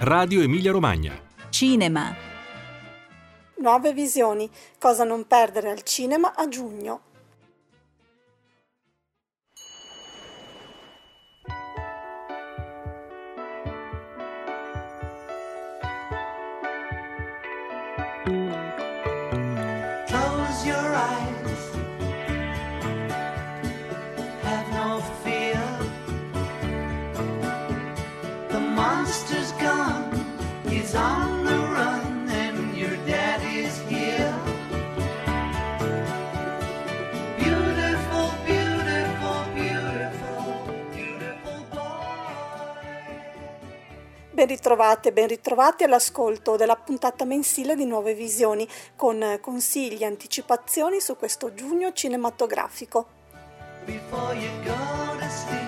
Radio Emilia Romagna. Cinema. Nuove visioni. Cosa non perdere al cinema a giugno. Close your eyes. Have no fear. The monster's gone. He's on the run and your daddy's here. Beautiful, beautiful, beautiful, beautiful boy. Ben ritrovati all'ascolto della puntata mensile di Nuove Visioni con consigli e anticipazioni su questo giugno cinematografico. Before you go to sleep.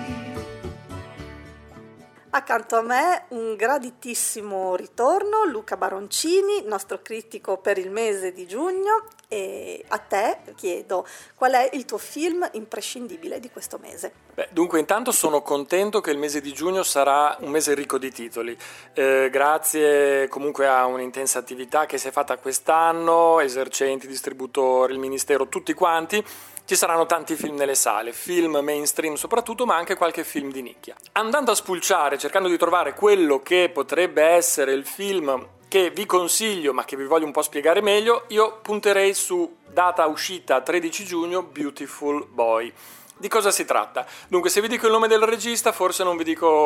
Accanto a me un graditissimo ritorno, Luca Baroncini, nostro critico per il mese di giugno, e a te chiedo qual è il tuo film imprescindibile di questo mese. Dunque intanto sono contento che il mese di giugno sarà un mese ricco di titoli, grazie comunque a un'intensa attività che si è fatta quest'anno, esercenti, distributori, il ministero, tutti quanti. Ci saranno tanti film nelle sale, film mainstream soprattutto, ma anche qualche film di nicchia. Andando a spulciare, cercando di trovare quello che potrebbe essere il film che vi consiglio, ma che vi voglio un po' spiegare meglio, io punterei su data uscita 13 giugno, Beautiful Boy. Di cosa si tratta? Dunque, se vi dico il nome del regista, forse non vi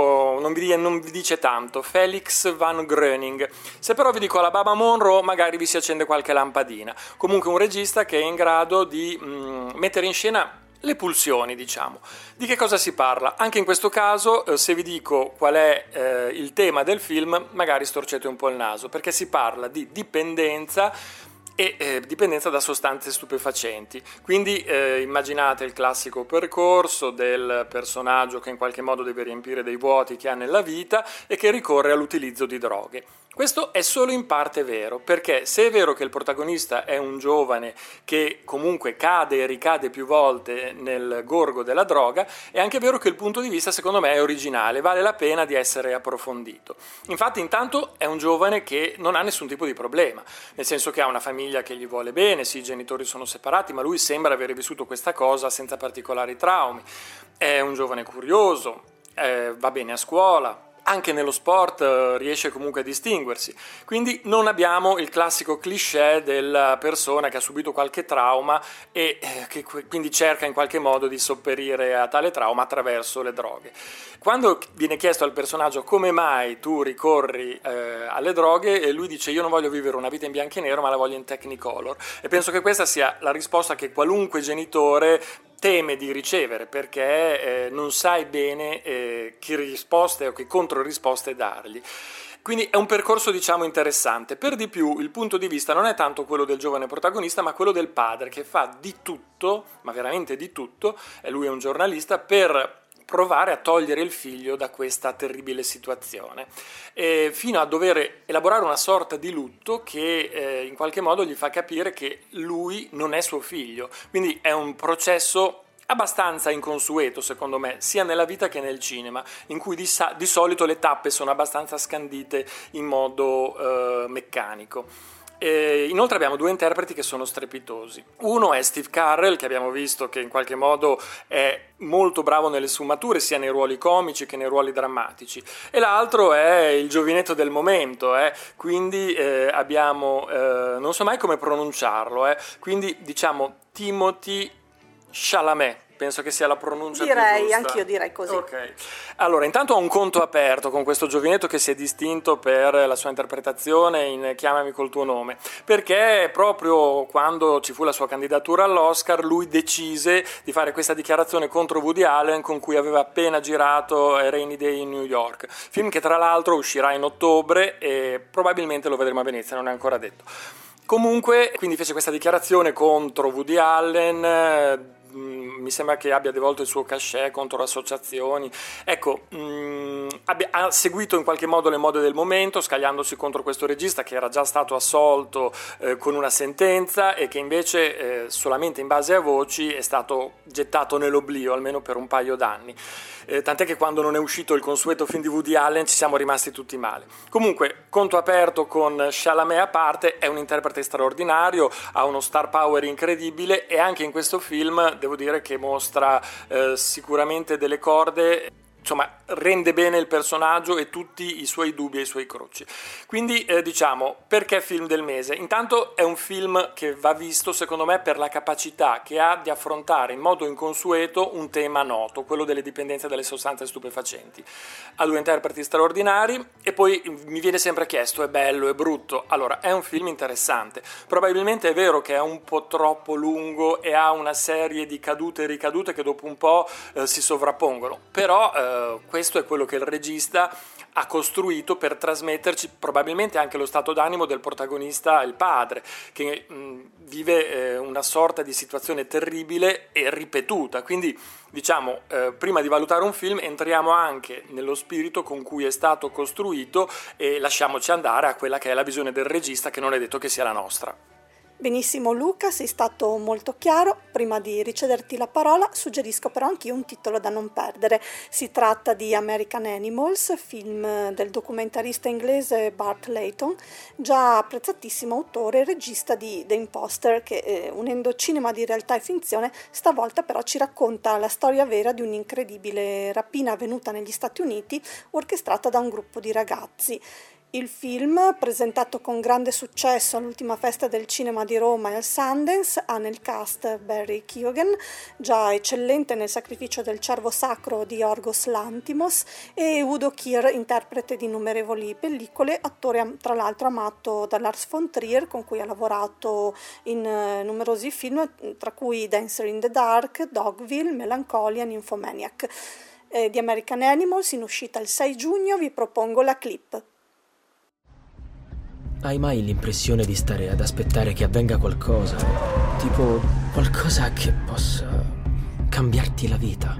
dice tanto, Felix Van Groening. Se però vi dico la Baba Monroe, magari vi si accende qualche lampadina. Comunque un regista che è in grado di mettere in scena le pulsioni, diciamo. Di che cosa si parla? Anche in questo caso, se vi dico qual è il tema del film, magari storcete un po' il naso, perché si parla di dipendenza e dipendenza da sostanze stupefacenti. Quindi immaginate il classico percorso del personaggio che in qualche modo deve riempire dei vuoti che ha nella vita e che ricorre all'utilizzo di droghe. Questo è solo in parte vero, perché se è vero che il protagonista è un giovane che comunque cade e ricade più volte nel gorgo della droga, è anche vero che il punto di vista secondo me è originale, vale la pena di essere approfondito. Infatti intanto è un giovane che non ha nessun tipo di problema, nel senso che ha una famiglia che gli vuole bene, sì, i genitori sono separati, ma lui sembra aver vissuto questa cosa senza particolari traumi. È un giovane curioso, va bene a scuola, anche nello sport riesce comunque a distinguersi. Quindi non abbiamo il classico cliché della persona che ha subito qualche trauma e che quindi cerca in qualche modo di sopperire a tale trauma attraverso le droghe. Quando viene chiesto al personaggio come mai tu ricorri alle droghe, lui dice: io non voglio vivere una vita in bianco e nero, ma la voglio in Technicolor. E penso che questa sia la risposta che qualunque genitore teme di ricevere, perché non sai bene che risposte o che controrisposte dargli. Quindi è un percorso, diciamo, interessante. Per di più il punto di vista non è tanto quello del giovane protagonista, ma quello del padre, che fa di tutto, ma veramente di tutto, e lui è un giornalista, per provare a togliere il figlio da questa terribile situazione, fino a dover elaborare una sorta di lutto che in qualche modo gli fa capire che lui non è suo figlio. Quindi è un processo abbastanza inconsueto, secondo me, sia nella vita che nel cinema, in cui di solito le tappe sono abbastanza scandite in modo meccanico. Inoltre abbiamo due interpreti che sono strepitosi. Uno è Steve Carell, che abbiamo visto che in qualche modo è molto bravo nelle sfumature, sia nei ruoli comici che nei ruoli drammatici, e l'altro è il giovinetto del momento, quindi abbiamo, non so mai come pronunciarlo, quindi diciamo Timothée Chalamet. Penso che sia la pronuncia più giusta. Anch'io direi così. Ok. Allora, intanto ho un conto aperto con questo giovinetto che si è distinto per la sua interpretazione in Chiamami col tuo nome, perché proprio quando ci fu la sua candidatura all'Oscar lui decise di fare questa dichiarazione contro Woody Allen, con cui aveva appena girato Rainy Day in New York, film che tra l'altro uscirà in ottobre e probabilmente lo vedremo a Venezia, non è ancora detto. Comunque, quindi fece questa dichiarazione contro Woody Allen, mi sembra che abbia devolto il suo cachet contro associazioni. Ecco, ha seguito in qualche modo le mode del momento, scagliandosi contro questo regista che era già stato assolto con una sentenza e che invece solamente in base a voci è stato gettato nell'oblio almeno per un paio d'anni. tant'è che quando non è uscito il consueto film di Woody Allen ci siamo rimasti tutti male. Comunque, conto aperto, con Chalamet a parte, è un interprete straordinario, ha uno star power incredibile e anche in questo film devo dire che mostra sicuramente delle corde. Insomma, rende bene il personaggio e tutti i suoi dubbi e i suoi croci. Quindi, diciamo, perché film del mese? Intanto è un film che va visto, secondo me, per la capacità che ha di affrontare in modo inconsueto un tema noto, quello delle dipendenze dalle sostanze stupefacenti. Ha due interpreti straordinari e poi mi viene sempre chiesto, è bello, è brutto? Allora, è un film interessante. Probabilmente è vero che è un po' troppo lungo e ha una serie di cadute e ricadute che dopo un po' si sovrappongono, però questo è quello che il regista ha costruito per trasmetterci probabilmente anche lo stato d'animo del protagonista, il padre, che vive una sorta di situazione terribile e ripetuta. Quindi, diciamo, prima di valutare un film entriamo anche nello spirito con cui è stato costruito e lasciamoci andare a quella che è la visione del regista, che non è detto che sia la nostra. Benissimo Luca, sei stato molto chiaro. Prima di ricederti la parola suggerisco però anch'io un titolo da non perdere. Si tratta di American Animals, film del documentarista inglese Bart Layton, già apprezzatissimo autore e regista di The Imposter, che unendo cinema di realtà e finzione stavolta però ci racconta la storia vera di un'incredibile rapina avvenuta negli Stati Uniti, orchestrata da un gruppo di ragazzi. Il film, presentato con grande successo all'ultima festa del cinema di Roma e al Sundance, ha nel cast Barry Keoghan, già eccellente nel Sacrificio del cervo sacro di Yorgos Lanthimos, e Udo Kier, interprete di innumerevoli pellicole, attore tra l'altro amato da Lars von Trier, con cui ha lavorato in numerosi film, tra cui Dancer in the Dark, Dogville, Melancholia e Nymphomaniac. Di American Animals, in uscita il 6 giugno, vi propongo la clip. Hai mai l'impressione di stare ad aspettare che avvenga qualcosa? Tipo qualcosa che possa cambiarti la vita?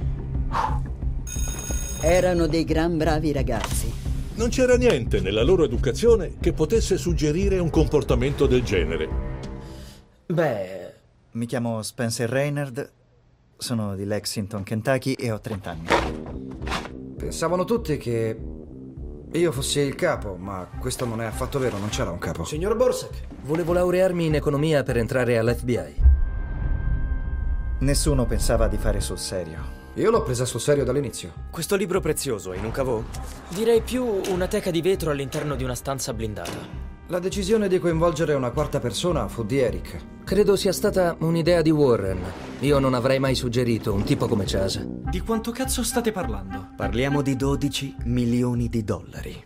Erano dei gran bravi ragazzi. Non c'era niente nella loro educazione che potesse suggerire un comportamento del genere. Beh, Mi chiamo Spencer Reynard, sono di Lexington, Kentucky e ho 30 anni. Pensavano tutti che io fossi il capo, ma questo non è affatto vero, non c'era un capo. signor Borsak, volevo laurearmi in economia per entrare all'FBI. Nessuno pensava di fare sul serio. Io l'ho presa sul serio dall'inizio. Questo libro prezioso è in un cavò? Direi più una teca di vetro all'interno di una stanza blindata. La decisione di coinvolgere una quarta persona fu di Eric. Credo sia stata un'idea di Warren. Io non avrei mai suggerito un tipo come Chas. Di quanto cazzo state parlando? Parliamo di 12 milioni di dollari.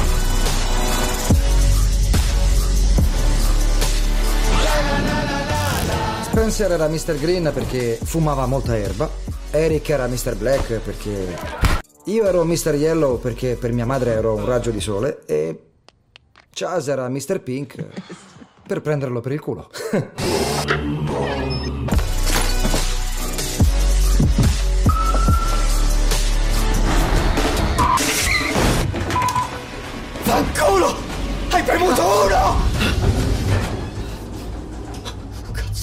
Spencer era Mr. Green perché fumava molta erba. Eric era Mr. Black perché... Io ero Mr. Yellow perché per mia madre ero un raggio di sole. E... Chas era Mr. Pink per prenderlo per il culo. Fanculo! Hai premuto uno! Cazzo.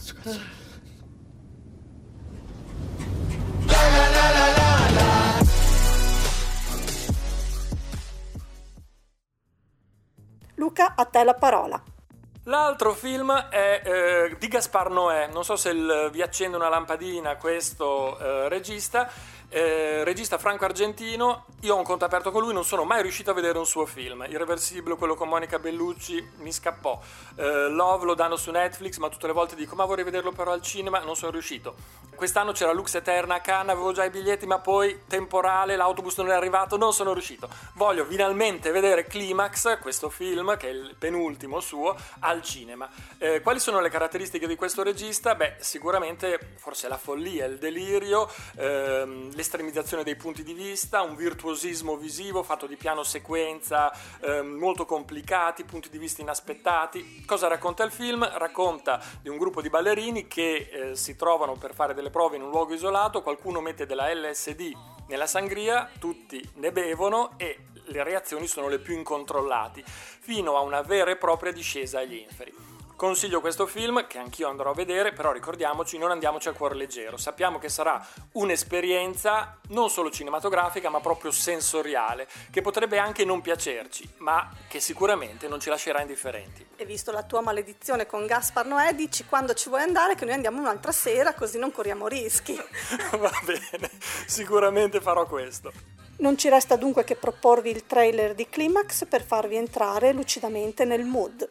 Luca, a te la parola. L'altro film è di Gaspar Noè, non so se vi accende una lampadina questo regista franco-argentino. Io ho un conto aperto con lui, non sono mai riuscito a vedere un suo film. Irreversibile, quello con Monica Bellucci, mi scappò. Love lo danno su Netflix, ma tutte le volte dico ma vorrei vederlo però al cinema, non sono riuscito. Quest'anno c'era Lux Eterna a Cannes, avevo già i biglietti, ma poi temporale, l'autobus non è arrivato, non sono riuscito. Voglio finalmente vedere Climax, questo film che è il penultimo suo, al cinema. Quali sono le caratteristiche di questo regista? Beh, sicuramente forse la follia, il delirio, l'estremizzazione dei punti di vista, un virtuosismo visivo fatto di piano sequenza molto complicati, punti di vista inaspettati. Cosa racconta il film? Racconta di un gruppo di ballerini che si trovano per fare delle prove in un luogo isolato, qualcuno mette della LSD nella sangria, tutti ne bevono e le reazioni sono le più incontrollate, fino a una vera e propria discesa agli inferi. Consiglio questo film, che anch'io andrò a vedere, però ricordiamoci, non andiamoci a cuor leggero. Sappiamo che sarà un'esperienza non solo cinematografica, ma proprio sensoriale, che potrebbe anche non piacerci, ma che sicuramente non ci lascerà indifferenti. E visto la tua maledizione con Gaspar Noè, dici quando ci vuoi andare che noi andiamo un'altra sera, così non corriamo rischi. Va bene, sicuramente farò questo. Non ci resta dunque che proporvi il trailer di Climax per farvi entrare lucidamente nel mood.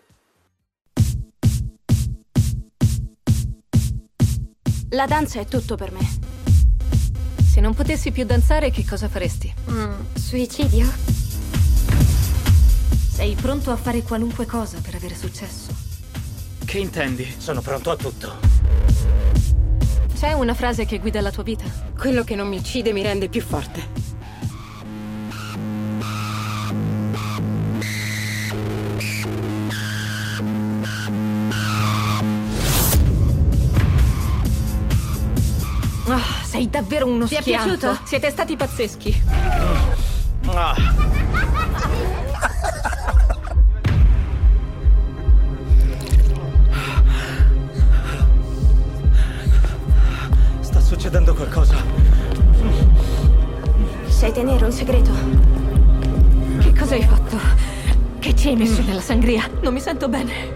La danza è tutto per me. Se non potessi più danzare, che cosa faresti? Suicidio? Sei pronto a fare qualunque cosa per avere successo? Che intendi? Sono pronto a tutto. C'è una frase che guida la tua vita? Quello che non mi uccide mi rende più forte. Sei davvero uno schianto. Ti è piaciuto? Siete stati pazzeschi. Sta succedendo qualcosa. Sai tenere un segreto? Che cosa hai fatto? Che ci hai messo nella sangria? Non mi sento bene.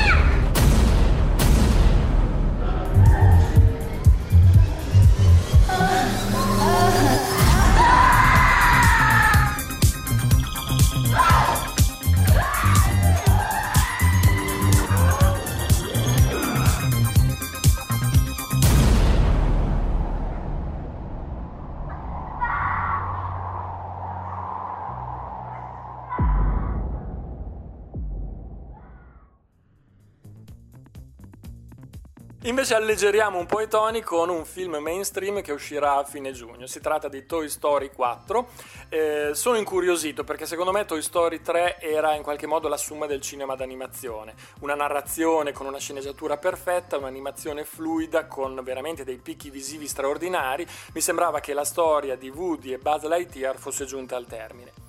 Invece alleggeriamo un po' i toni con un film mainstream che uscirà a fine giugno. Si tratta di Toy Story 4. Sono incuriosito perché secondo me Toy Story 3 era in qualche modo la summa del cinema d'animazione. Una narrazione con una sceneggiatura perfetta, un'animazione fluida con veramente dei picchi visivi straordinari. Mi sembrava che la storia di Woody e Buzz Lightyear fosse giunta al termine.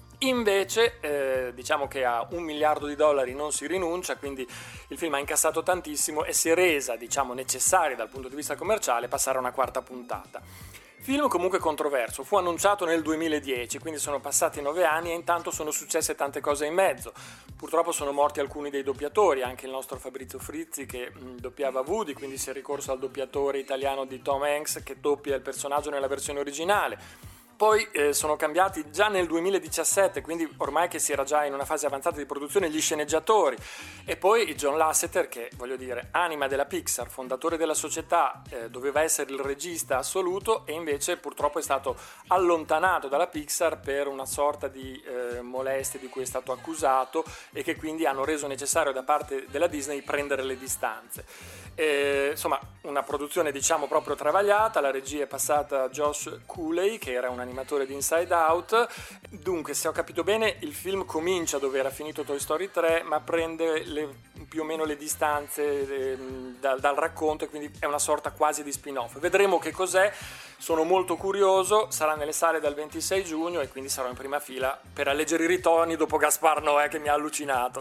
Invece diciamo che a $1 miliardo non si rinuncia, quindi il film ha incassato tantissimo e si è resa, diciamo, necessaria dal punto di vista commerciale passare a una quarta puntata. Film comunque controverso, fu annunciato nel 2010, quindi sono passati 9 anni e intanto sono successe tante cose in mezzo. Purtroppo sono morti alcuni dei doppiatori, anche il nostro Fabrizio Frizzi che doppiava Woody, quindi si è ricorso al doppiatore italiano di Tom Hanks che doppia il personaggio nella versione originale. Poi sono cambiati già nel 2017, quindi ormai che si era già in una fase avanzata di produzione, gli sceneggiatori. E poi John Lasseter, che voglio dire, anima della Pixar, fondatore della società, doveva essere il regista assoluto e invece purtroppo è stato allontanato dalla Pixar per una sorta di molestie di cui è stato accusato e che quindi hanno reso necessario da parte della Disney prendere le distanze. Insomma, una produzione diciamo proprio travagliata, la regia è passata a Josh Cooley, che era un animatore di Inside Out. Dunque, se ho capito bene, il film comincia dove era finito Toy Story 3, ma prende più o meno le distanze dal racconto e quindi è una sorta quasi di spin-off. Vedremo che cos'è, sono molto curioso, sarà nelle sale dal 26 giugno e quindi sarò in prima fila per alleggerire i toni dopo Gaspar Noè che mi ha allucinato.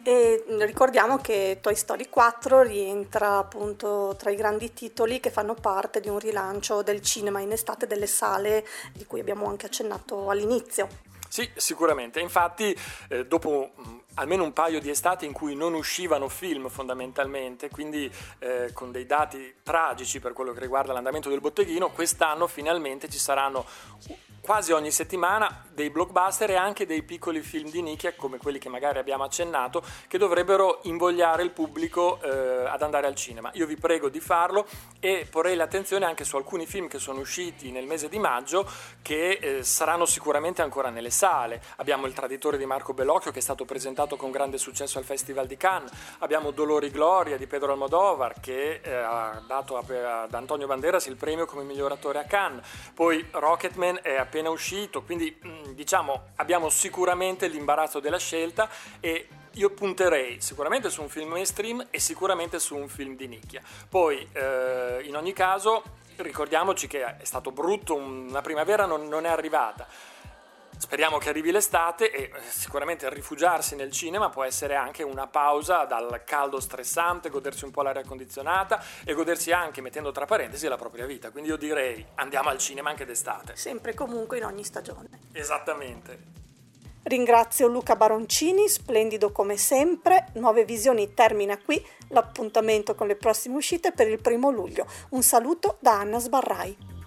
E ricordiamo che Toy Story 4 rientra appunto tra i grandi titoli che fanno parte di un rilancio del cinema in estate delle sale di cui abbiamo anche accennato all'inizio. Sì, sicuramente. Infatti, dopo almeno un paio di estati in cui non uscivano film fondamentalmente, quindi con dei dati tragici per quello che riguarda l'andamento del botteghino, quest'anno finalmente ci saranno quasi ogni settimana dei blockbuster e anche dei piccoli film di nicchia come quelli che magari abbiamo accennato, che dovrebbero invogliare il pubblico ad andare al cinema. Io vi prego di farlo e porrei l'attenzione anche su alcuni film che sono usciti nel mese di maggio che saranno sicuramente ancora nelle sale. Abbiamo Il traditore di Marco Bellocchio, che è stato presentato con grande successo al Festival di Cannes. Abbiamo Dolor y Gloria di Pedro Almodóvar, che ha dato ad Antonio Banderas il premio come miglior attore a Cannes. Poi Rocketman è appena uscito, quindi diciamo abbiamo sicuramente l'imbarazzo della scelta e io punterei sicuramente su un film mainstream e sicuramente su un film di nicchia. Poi in ogni caso ricordiamoci che è stato brutto, una primavera non è arrivata. Speriamo che arrivi l'estate e sicuramente rifugiarsi nel cinema può essere anche una pausa dal caldo stressante, godersi un po' l'aria condizionata e godersi anche, mettendo tra parentesi, la propria vita. Quindi io direi andiamo al cinema anche d'estate. Sempre e comunque in ogni stagione. Esattamente. Ringrazio Luca Baroncini, splendido come sempre. Nuove Visioni termina qui, l'appuntamento con le prossime uscite per il 1 luglio. Un saluto da Anna Sbarrai.